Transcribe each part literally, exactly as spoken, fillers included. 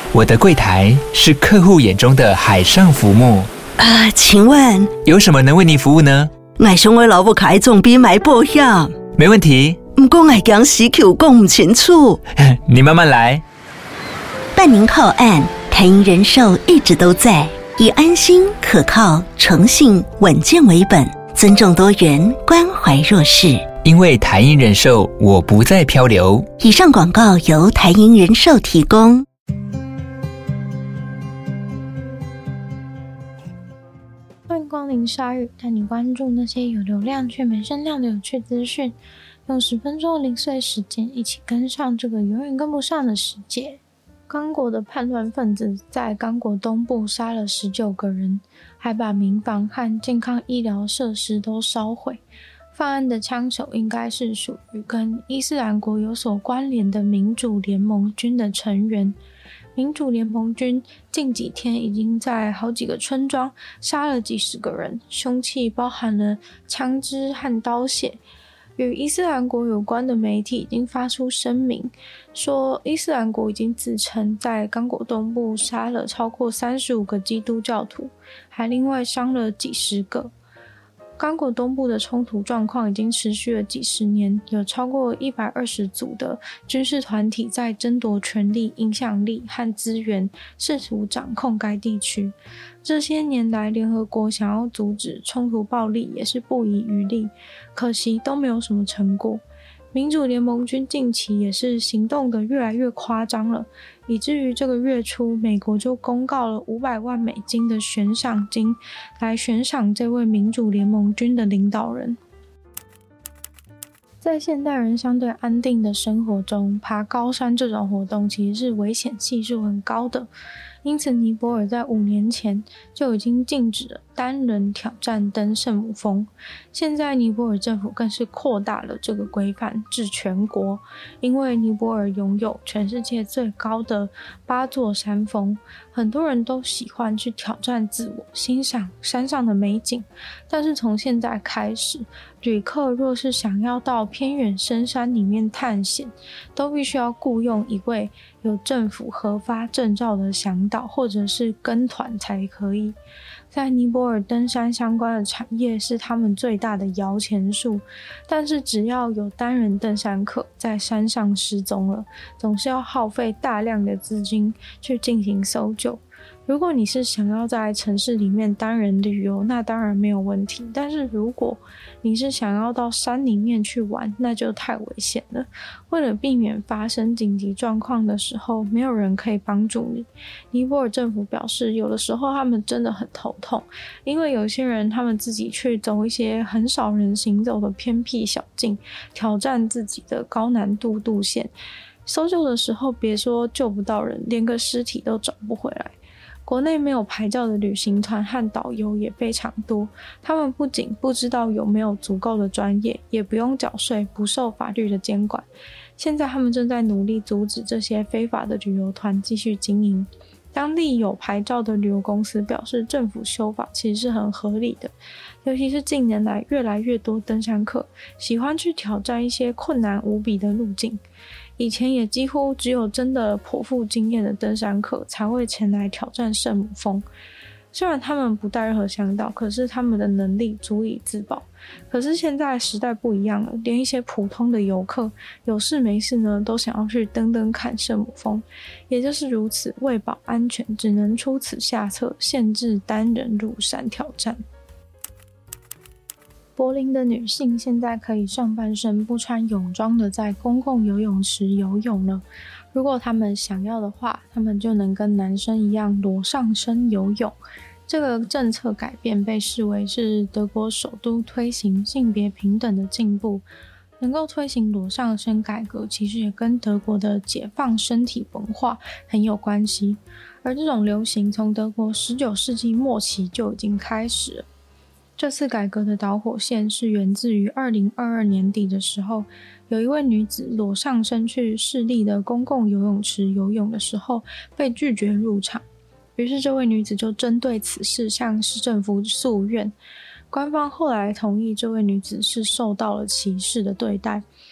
我的柜台是客户眼中的海上浮木啊、呃，请问有什么能为您服务呢？ 我想我老母开总比买保险。 没问题。 不过我讲时口讲不清楚。 你慢慢来。 办您靠岸，台银人寿一直都在，以安心、可靠、诚信、稳健为本，尊重多元，关怀弱势。 因为台银人寿，我不再漂流。 以上广告由台银人寿提供。 欢迎光临鲨鱼，带你关注那些有流量却没声量的有趣资讯。用十分钟的零碎时间，一起跟上这个永远跟不上的世界。刚果的叛乱分子在刚果东部杀了十九个人，还把民房和健康医疗设施都烧毁。犯案的枪手应该是属于跟伊斯兰国有所关联的民主联盟军的成员。民主联盟军近几天已经在好几个村庄杀了几十个人，凶器包含了枪支和刀械。与伊斯兰国有关的媒体已经发出声明，说伊斯兰国已经自称在刚果东部杀了超过三十五个基督教徒，还另外伤了几十个。刚果东部的冲突状况已经持续了几十年，有超过一百二十组的军事团体在争夺权力、影响力和资源，试图掌控该地区。这些年来，联合国想要阻止冲突暴力也是不遗余力，可惜都没有什么成果。民主联盟军近期也是行动的越来越夸张了，以至于这个月初，美国就公告了五百万美金的悬赏金，来悬赏这位民主联盟军的领导人。在现代人相对安定的生活中，爬高山这种活动其实是危险系数很高的，因此尼泊尔在五年前就已经禁止了单人挑战登圣母峰。现在尼泊尔政府更是扩大了这个规范至全国，因为尼泊尔拥有全世界最高的八座山峰，很多人都喜欢去挑战自我，欣赏山上的美景。但是从现在开始，旅客若是想要到偏远深山里面探险，都必须要雇用一位有政府核发证照的向导或者是跟团才可以。在尼泊尔，登山相关的产业是他们最大的摇钱树，但是只要有单人登山客在山上失踪了，总是要耗费大量的资金去进行搜救。如果你是想要在城市里面单人旅游，那当然没有问题，但是如果你是想要到山里面去玩，那就太危险了。为了避免发生紧急状况的时候没有人可以帮助你，尼泊尔政府表示，有的时候他们真的很头痛，因为有些人他们自己去走一些很少人行走的偏僻小径，挑战自己的高难度路线，搜救的时候别说救不到人，连个尸体都找不回来。国内没有牌照的旅行团和导游也非常多，他们不仅不知道有没有足够的专业，也不用缴税，不受法律的监管。现在他们正在努力阻止这些非法的旅游团继续经营。当地有牌照的旅游公司表示，政府修法其实是很合理的，尤其是近年来越来越多登山客喜欢去挑战一些困难无比的路径。以前也几乎只有真的颇富经验的登山客才会前来挑战圣母峰。虽然他们不带任何向导，可是他们的能力足以自保。可是现在时代不一样了，连一些普通的游客有事没事呢，都想要去登登看圣母峰。也就是如此，为保安全，只能出此下策，限制单人入山挑战。柏林的女性现在可以上半身不穿泳装的在公共游泳池游泳了。如果她们想要的话，她们就能跟男生一样裸上身游泳。这个政策改变被视为是德国首都推行性别平等的进步。能够推行裸上身改革，其实也跟德国的解放身体文化很有关系。而这种流行从德国十九世纪末期就已经开始了。这次改革的导火线是源自于二零二二年底的时候，有一位女子裸上身去市立的公共游泳池游泳的时候被拒绝入场，于是这位女子就针对此事向市政府诉愿。官方后来同意这位女子是受到了歧视的对待，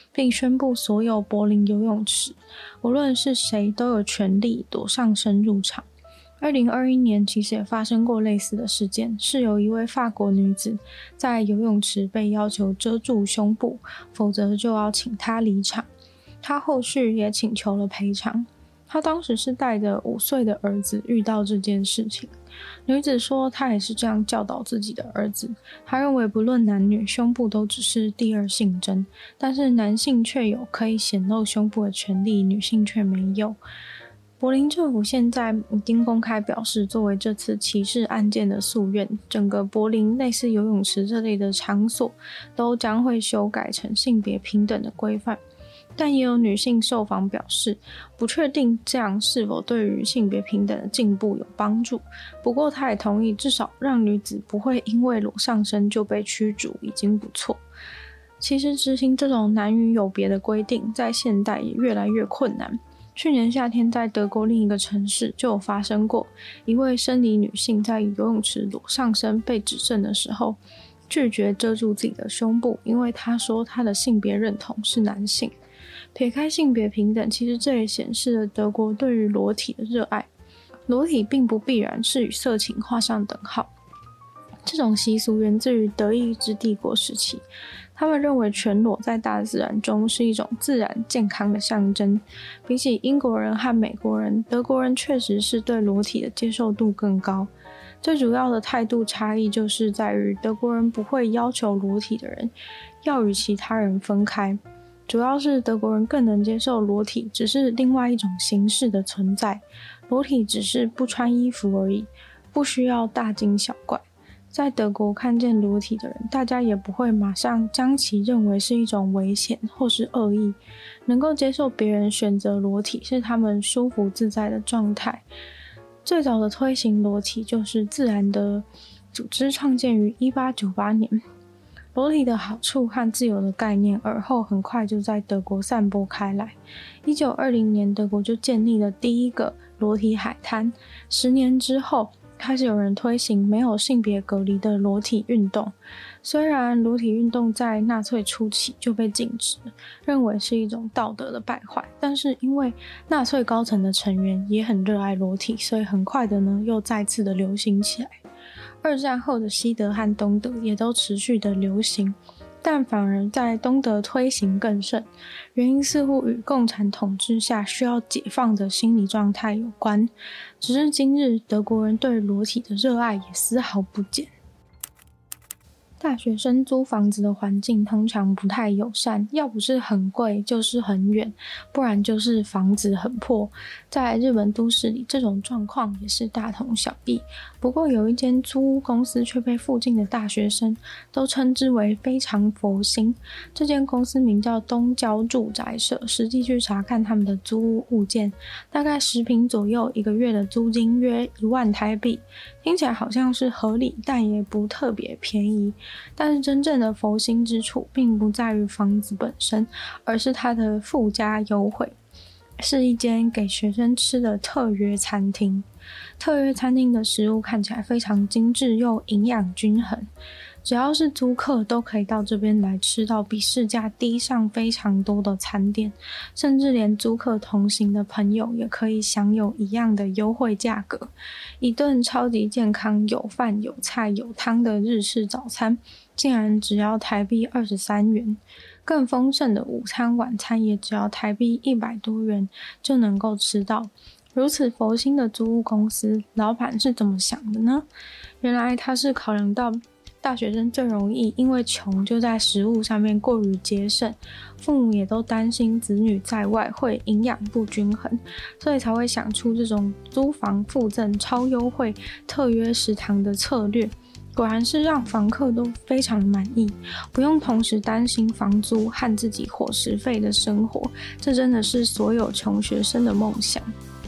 并宣布所有柏林游泳池，无论是谁都有权利躲上身入场。二零二一年其实也发生过类似的事件，是有一位法国女子在游泳池被要求遮住胸部，否则就要请她离场。她后续也请求了赔偿。她当时是带着五岁的儿子遇到这件事情。女子说她也是这样教导自己的儿子，她认为不论男女，胸部都只是第二性征，但是男性却有可以显露胸部的权利，女性却没有。柏林政府现在已经公开表示，作为这次歧视案件的诉愿，整个柏林类似游泳池这类的场所都将会修改成性别平等的规范。但也有女性受访表示，不确定这样是否对于性别平等的进步有帮助。不过她也同意，至少让女子不会因为裸上身就被驱逐已经不错。其实执行这种男女有别的规定，在现代也越来越困难。去年夏天，在德国另一个城市就有发生过，一位生理女性在游泳池裸上身被指证的时候，拒绝遮住自己的胸部，因为她说她的性别认同是男性。撇开性别平等，其实这也显示了德国对于裸体的热爱。裸体并不必然是与色情画上等号。这种习俗源自于德意志帝国时期，他们认为全裸在大自然中是一种自然健康的象征。比起英国人和美国人，德国人确实是对裸体的接受度更高。最主要的态度差异就是在于德国人不会要求裸体的人要与其他人分开，主要是德国人更能接受裸体只是另外一种形式的存在，裸体只是不穿衣服而已，不需要大惊小怪。在德国看见裸体的人，大家也不会马上将其认为是一种危险或是恶意，能够接受别人选择裸体是他们舒服自在的状态。最早的推行裸体就是自然的组织，创建于一八九八年。裸体的好处和自由的概念而后很快就在德国散播开来。一九二零年，德国就建立了第一个裸体海滩。十年之后，开始有人推行没有性别隔离的裸体运动。虽然裸体运动在纳粹初期就被禁止了，认为是一种道德的败坏，但是因为纳粹高层的成员也很热爱裸体，所以很快的呢又再次的流行起来。二战后的西德和东德也都持续的流行，但反而在东德推行更甚，原因似乎与共产统治下需要解放的心理状态有关。直至今日，德国人对裸体的热爱也丝毫不减。大学生租房子的环境通常不太友善，要不是很贵就是很远，不然就是房子很破。在日本都市里，这种状况也是大同小异。不过有一间租屋公司却被附近的大学生都称之为非常佛心。这间公司名叫东郊住宅社，实际去查看他们的租屋物件，大概十坪左右，一个月的租金约一万台币，听起来好像是合理，但也不特别便宜。但是真正的佛心之处并不在于房子本身，而是它的附加优惠，是一间给学生吃的特约餐厅。特约餐厅的食物看起来非常精致又营养均衡，只要是租客都可以到这边来吃到比市价低上非常多的餐点，甚至连租客同行的朋友也可以享有一样的优惠价格。一顿超级健康有饭有菜有汤的日式早餐竟然只要台币二十三元，更丰盛的午餐晚餐也只要台币一百多元就能够吃到。如此佛心的租屋公司，老板是怎么想的呢？原来他是考量到大学生最容易因为穷就在食物上面过于节省，父母也都担心子女在外会营养不均衡，所以才会想出这种租房附赠超优惠特约食堂的策略。果然是让房客都非常满意，不用同时担心房租和自己伙食费的生活，这真的是所有穷学生的梦想。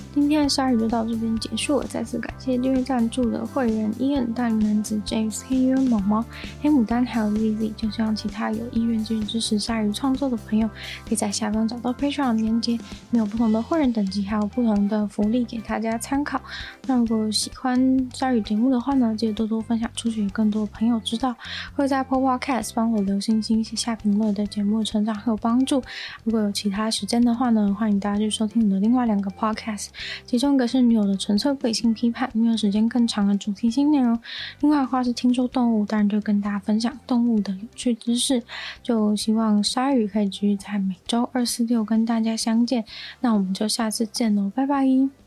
今天的鲨鱼就到这边结束了，再次感谢订阅赞助的会员伊恩、大龄男子 James、黑渊、毛毛、黑牡丹还有 Z Z， 就希望其他有意愿继续支持鲨鱼创作的朋友，可以在下方找到 Patreon 的连结，没有不同的会员等级，还有不同的福利给大家参考。那如果喜欢鲨鱼节目的话呢，记得多多分享出去，更多朋友知道，会在 Apple Podcast 帮我留星星、写下评论，对节目成长很有帮助。如果有其他时间的话呢，欢迎大家去收听我的另外两个 Podcast， 其中一个是女友的纯粹理性批判，没有时间更长的主题性内容；另外的话是听说动物，当然就跟大家分享动物的有趣知识。就希望鲨鱼可以继续在每周二、四、六跟大家相见，那我们就下次见喽，拜拜。